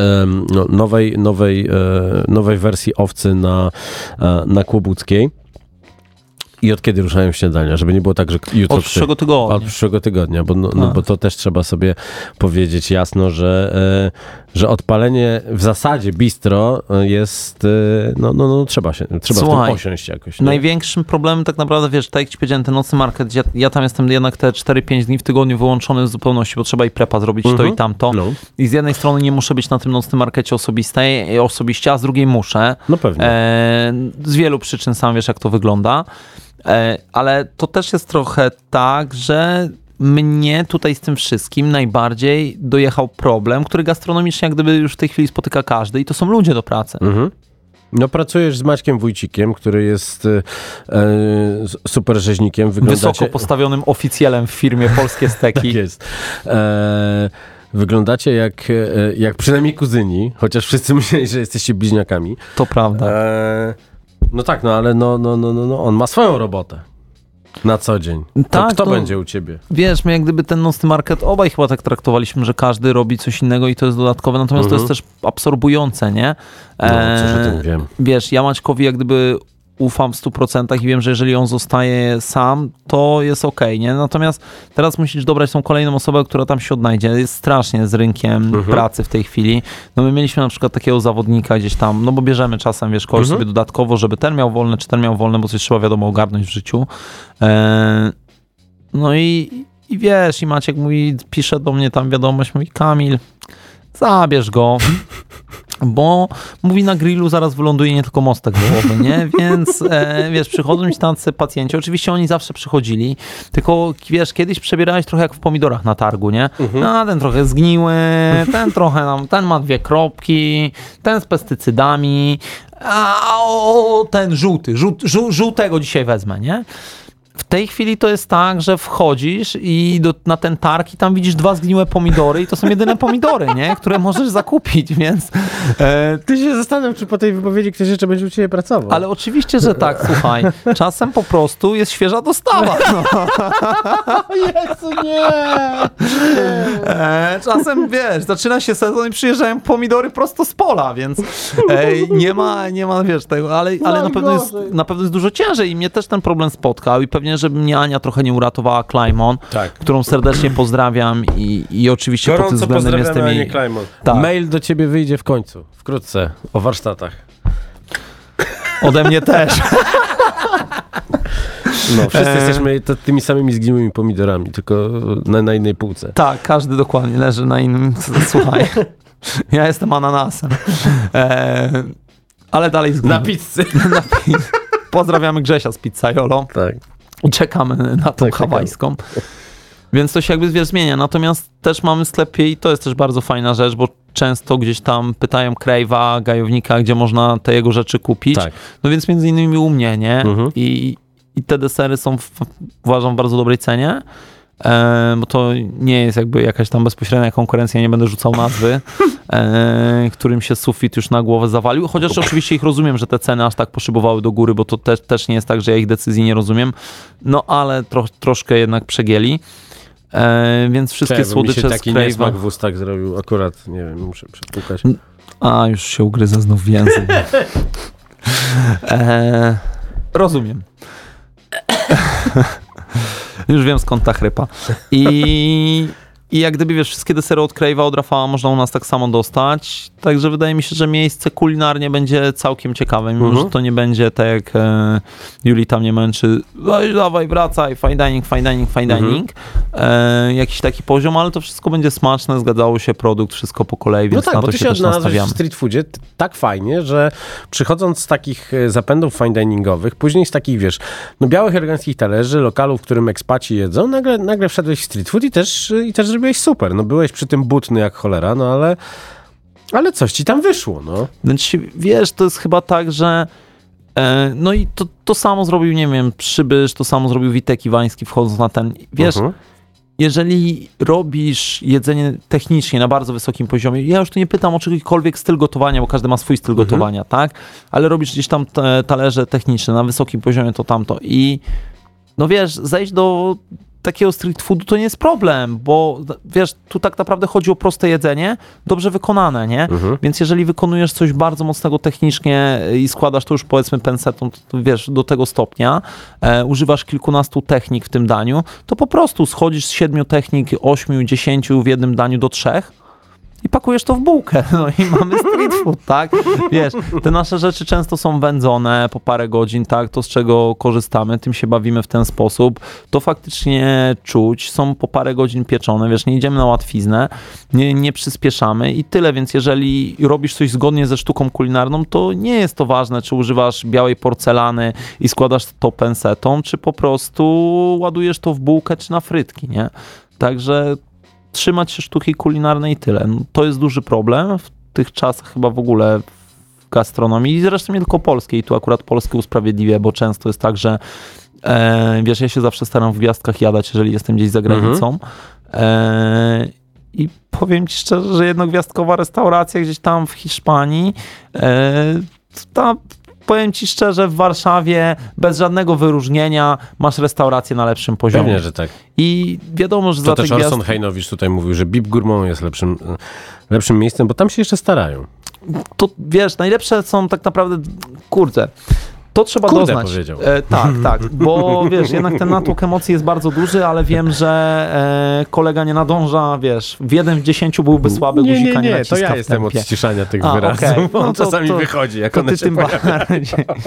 nowej wersji Owcy na Kłobuckiej. I od kiedy ruszają śniadania? Żeby nie było tak, że jutro... Od przyszłego tygodnia. Od przyszłego tygodnia, bo to też trzeba sobie powiedzieć jasno, że odpalenie w zasadzie bistro jest... trzeba w tym osiąść jakoś. Nie? Największym problemem tak naprawdę, wiesz, tak jak ci powiedziałem, ten nocny market, ja tam jestem jednak te 4-5 dni w tygodniu wyłączony w zupełności, bo trzeba i prepa zrobić to i tamto. No. I z jednej strony nie muszę być na tym nocnym markecie osobiście, a z drugiej muszę. No pewnie. Z wielu przyczyn, sam wiesz jak to wygląda. Ale to też jest trochę tak, że mnie tutaj z tym wszystkim najbardziej dojechał problem, który gastronomicznie jak gdyby już w tej chwili spotyka każdy i to są ludzie do pracy. Mhm. No pracujesz z Maćkiem Wójcikiem, który jest super rzeźnikiem. Wysoko postawionym oficjelem w firmie Polskie Steki. Tak jest. Wyglądacie jak przynajmniej kuzyni, chociaż wszyscy myśleli, że jesteście bliźniakami. To prawda. No tak, ale on ma swoją robotę na co dzień. Tak, kto będzie u ciebie? Wiesz, my jak gdyby ten nocny market obaj chyba tak traktowaliśmy, że każdy robi coś innego i to jest dodatkowe, natomiast to jest też absorbujące, nie? No, coś o tym wiem. Wiesz, ja Maćkowi jak gdyby ufam w 100% i wiem, że jeżeli on zostaje sam, to jest okej, nie? Natomiast teraz musisz dobrać tą kolejną osobę, która tam się odnajdzie. Jest strasznie z rynkiem pracy w tej chwili. No my mieliśmy na przykład takiego zawodnika gdzieś tam, no bo bierzemy czasem, wiesz, kogoś sobie dodatkowo, żeby ten miał wolne, czy ten miał wolne, bo coś trzeba wiadomo ogarnąć w życiu. No i wiesz, i Maciek mówi, pisze do mnie tam wiadomość, mówi, Kamil, zabierz go, bo mówi, na grillu zaraz wyląduje nie tylko mostek wołowy, nie? Więc wiesz, przychodzą mi tacy pacjenci, oczywiście oni zawsze przychodzili, tylko wiesz, kiedyś przebierałeś trochę jak w pomidorach na targu, nie? No, ten trochę zgniły, ten trochę ten ma 2 kropki, ten z pestycydami, a ten żółtego dzisiaj wezmę, nie? W tej chwili to jest tak, że wchodzisz i na ten targ i tam widzisz 2 zgniłe pomidory i to są jedyne pomidory, nie? Które możesz zakupić, więc... Ty się zastanawiam, czy po tej wypowiedzi ktoś jeszcze będzie u ciebie pracował. Ale oczywiście, że tak, słuchaj. Czasem po prostu jest świeża dostawa. No. Jezu, nie! Czasem, wiesz, zaczyna się sezon i przyjeżdżają pomidory prosto z pola, więc nie ma, wiesz, tego, ale na pewno jest dużo ciężej i mnie też ten problem spotkał i pewnie, żeby mnie Ania trochę nie uratowała Klejmon, którą serdecznie pozdrawiam i oczywiście gorąco pod tym względem jestem jej... Tak. Mail do ciebie wyjdzie w końcu, wkrótce, o warsztatach. Ode mnie też. No, wszyscy jesteśmy tymi samymi zgniłymi pomidorami, tylko na innej półce. Tak, każdy dokładnie leży na innym. Słuchaj, ja jestem ananasem. Ale dalej zgniły. Na pizzy. Pozdrawiamy Grzesia z Pizzaiolo. Tak. Czekamy na tą hawajską. Więc to się jakby, wiesz, zmienia. Natomiast też mamy sklepie i to jest też bardzo fajna rzecz, bo często gdzieś tam pytają Krave'a, Gajownika, gdzie można te jego rzeczy kupić. Tak. No więc między innymi u mnie, nie? I te desery są, uważam, w bardzo dobrej cenie. bo to nie jest jakby jakaś tam bezpośrednia konkurencja, nie będę rzucał nazwy, którym się sufit już na głowę zawalił, chociaż oczywiście ich rozumiem, że te ceny aż tak poszybowały do góry, bo to też nie jest tak, że ja ich decyzji nie rozumiem, no ale troszkę jednak przegięli. Więc wszystkie słodycze z Crave'a... taki niesmak w ustach zrobił akurat, nie wiem, muszę przepukać. A, już się ugryzę znów w język. Rozumiem. Już wiem, skąd ta chrypa. I jak gdyby, wiesz, wszystkie desery od Crave'a, od Rafała można u nas tak samo dostać. Także wydaje mi się, że miejsce kulinarnie będzie całkiem ciekawe. Mimo, że to nie będzie tak jak Julita mnie męczy. Dawaj, wracaj, fine dining. Jakiś taki poziom, ale to wszystko będzie smaczne, zgadzało się produkt, wszystko po kolei, więc no tak, na to się też nastawiamy. W street foodzie tak fajnie, że przychodząc z takich zapędów fine diningowych, później z takich, wiesz, no białych eleganckich talerzy, lokalu, w którym ekspaci jedzą, nagle wszedłeś w street food i też zrobiłeś super. No byłeś przy tym butny jak cholera, no ale coś ci tam wyszło, no. Więc wiesz, to jest chyba tak, że no i to samo zrobił, nie wiem, Przybysz, to samo zrobił Witek Iwański wchodząc na ten, wiesz, jeżeli robisz jedzenie technicznie na bardzo wysokim poziomie, ja już tu nie pytam o czyjkolwiek styl gotowania, bo każdy ma swój styl gotowania, tak? Ale robisz gdzieś tam talerze techniczne na wysokim poziomie, to tamto i no wiesz, zejść do takiego street foodu to nie jest problem, bo wiesz, tu tak naprawdę chodzi o proste jedzenie, dobrze wykonane, nie? Więc jeżeli wykonujesz coś bardzo mocnego technicznie i składasz to już powiedzmy pensetą, to wiesz, do tego stopnia, używasz kilkunastu technik w tym daniu, to po prostu schodzisz z 7 technik, 8, 10 w jednym daniu do 3 i pakujesz to w bułkę, no i mamy street food, tak? Wiesz, te nasze rzeczy często są wędzone po parę godzin, tak? To z czego korzystamy, tym się bawimy w ten sposób, to faktycznie czuć, są po parę godzin pieczone, wiesz, nie idziemy na łatwiznę, nie przyspieszamy i tyle, więc jeżeli robisz coś zgodnie ze sztuką kulinarną, to nie jest to ważne, czy używasz białej porcelany i składasz to pensetą, czy po prostu ładujesz to w bułkę, czy na frytki, nie? Także trzymać się sztuki kulinarnej i tyle. No, to jest duży problem w tych czasach chyba w ogóle w gastronomii i zresztą nie tylko polskiej. Tu akurat Polskę usprawiedliwię, bo często jest tak, że wiesz, ja się zawsze staram w gwiazdkach jadać, jeżeli jestem gdzieś za granicą. I powiem ci szczerze, że jednogwiazdkowa restauracja gdzieś tam w Hiszpanii, powiem ci szczerze, w Warszawie bez żadnego wyróżnienia masz restaurację na lepszym poziomie. Pewnie, że tak. I wiadomo, że to za też Orson Hejnowicz tutaj mówił, że Bib Gourmand jest lepszym miejscem, bo tam się jeszcze starają. To wiesz, najlepsze są tak naprawdę, kurde, to trzeba doznać. Powiedział. Tak, bo wiesz, jednak ten natłok emocji jest bardzo duży, ale wiem, że kolega nie nadąża, wiesz, w 1 w 10 byłby słaby, guzika nie naciska. To ja jestem od ściszania tych wyrazów, okay. bo on czasami wychodzi, jak one się pojawiają.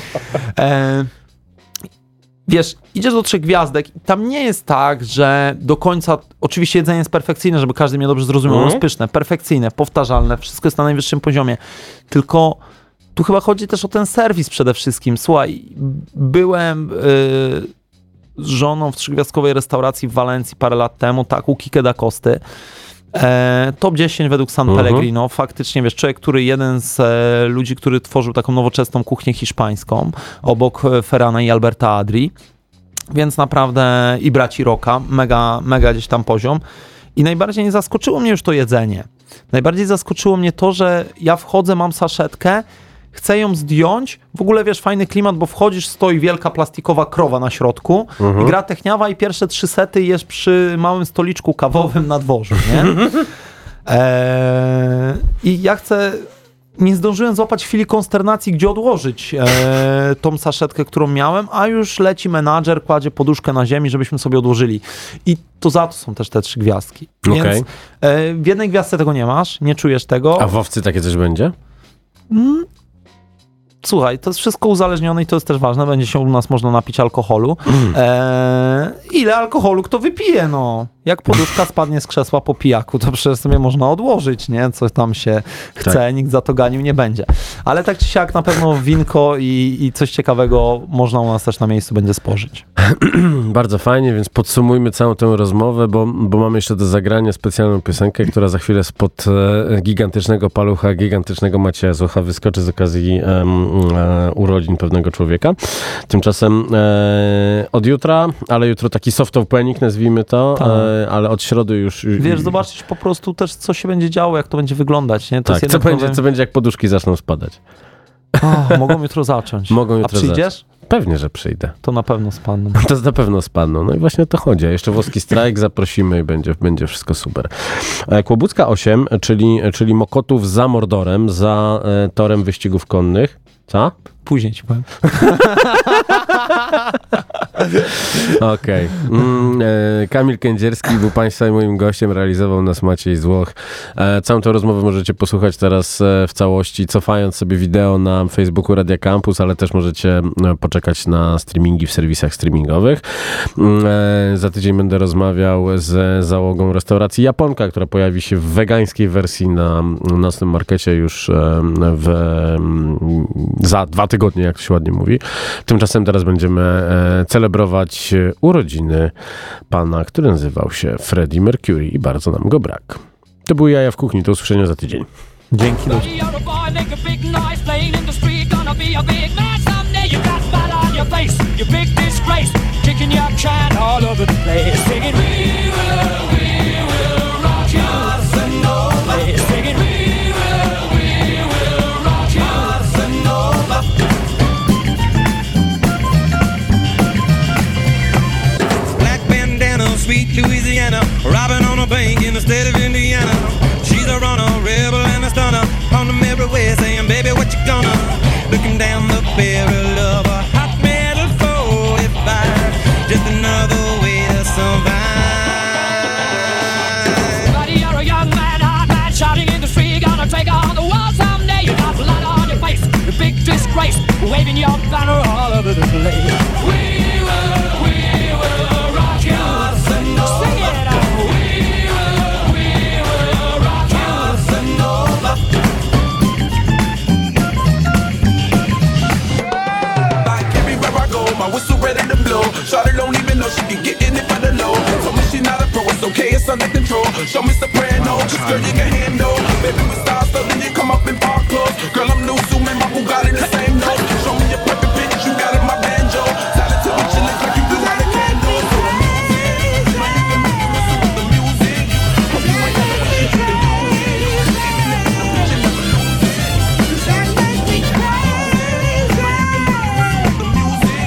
Wiesz, idziesz do 3 gwiazdek i tam nie jest tak, że do końca, oczywiście jedzenie jest perfekcyjne, żeby każdy mnie dobrze zrozumiał, jest pyszne, perfekcyjne, powtarzalne, wszystko jest na najwyższym poziomie, tylko tu chyba chodzi też o ten serwis przede wszystkim. Słuchaj, byłem z żoną w 3-gwiazdkowej restauracji w Walencji parę lat temu, tak, u Quique da Costy. Top 10 według San Pellegrino. Faktycznie, wiesz, człowiek, jeden z ludzi, który tworzył taką nowoczesną kuchnię hiszpańską, obok Ferrana i Alberta Adri. Więc naprawdę i braci Rocka, mega gdzieś tam poziom. I najbardziej nie zaskoczyło mnie już to jedzenie. Najbardziej zaskoczyło mnie to, że ja wchodzę, mam saszetkę, chcę ją zdjąć, w ogóle wiesz, fajny klimat, bo wchodzisz, stoi wielka plastikowa krowa na środku i gra techniawa i pierwsze 3 sety jest przy małym stoliczku kawowym na dworzu, nie? I ja nie zdążyłem złapać chwili konsternacji, gdzie odłożyć tą saszetkę, którą miałem, a już leci menadżer, kładzie poduszkę na ziemi, żebyśmy sobie odłożyli. I to za to są też te 3 gwiazdki. Więc w 1 gwiazdce tego nie masz, nie czujesz tego. A w Owcy takie coś będzie? Słuchaj, to jest wszystko uzależnione i to jest też ważne, będzie się u nas można napić alkoholu. Ile alkoholu kto wypije, no? Jak poduszka spadnie z krzesła po pijaku, to przecież sobie można odłożyć, nie? Co tam się chce, nikt za to ganił nie będzie. Ale tak czy siak na pewno winko i coś ciekawego można u nas też na miejscu będzie spożyć. Bardzo fajnie, więc podsumujmy całą tę rozmowę, bo mamy jeszcze do zagrania specjalną piosenkę, która za chwilę spod gigantycznego palucha, gigantycznego Macieja Złocha wyskoczy z okazji urodzin pewnego człowieka. Tymczasem od jutra, ale jutro taki soft opening, nazwijmy to, ale od środy już... Wiesz, zobaczysz po prostu też, co się będzie działo, jak to będzie wyglądać, nie? To tak, jest co będzie, jak poduszki zaczną spadać. Mogą jutro zacząć. A przyjdziesz? Pewnie, że przyjdę. To na pewno spadną. To na pewno spadną. No i właśnie o to chodzi. A jeszcze włoski strajk zaprosimy i będzie wszystko super. Kłobucka 8, czyli Mokotów za Mordorem, za torem wyścigów konnych. Co? Później ci powiem. Okej. Kamil Kędzierski był Państwa i moim gościem, realizował nas Maciej Złoch. Całą tę rozmowę możecie posłuchać teraz w całości, cofając sobie wideo na Facebooku Radia Campus, ale też możecie poczekać na streamingi w serwisach streamingowych. Za tydzień będę rozmawiał z załogą restauracji Japonka, która pojawi się w wegańskiej wersji na nocnym markecie już za 2 tygodnie, jak to się ładnie mówi. Tymczasem teraz będziemy celebrować urodziny pana, który nazywał się Freddie Mercury i bardzo nam go brak. To były Jaja w Kuchni, do usłyszenia za tydzień. Dzięki. Sweet Louisiana, robbing on a bank in the state of Indiana. She's a runner, rebel and a stunner. On the mirror way saying, baby, what you gonna? Looking down the barrel of a hot metal 45. Just another way to survive. Buddy, you're a young man, hot man, shouting in the street. Gonna take on the world someday. You got blood on your face, the big disgrace, waving your banner all over the place. We will rock you. Shawty don't even know she can get in it for the low. Told me she not a pro, it's okay, it's under control. Show me soprano, cause girl you can handle. Baby we stars, so then you come up in park clothes. Girl I'm new, so man, my Bugatti the same note. Show me your perfect pitch, you got it, my banjo. Talented with your lips like you blew out a candle. So I'm moving, man, you can make it whistle with the music. Hope you ain't never what you can do. Even if it's a bitch, you never lose it. That makes me crazy. With the music.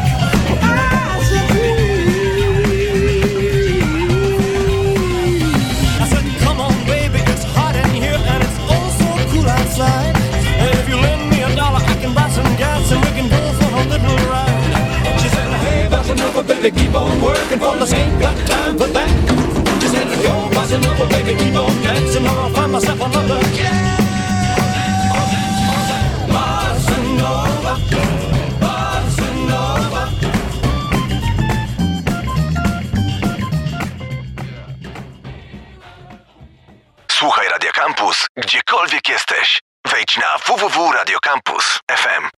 Baby, keep on working for the same got time for that. Just let it go, bossing up, baby, keep on dancing. I'll find myself another. Yeah, bossing over, bossing over. Słuchaj Radia Campus, gdziekolwiek jesteś. Wejdź na www.radiocampus.fm.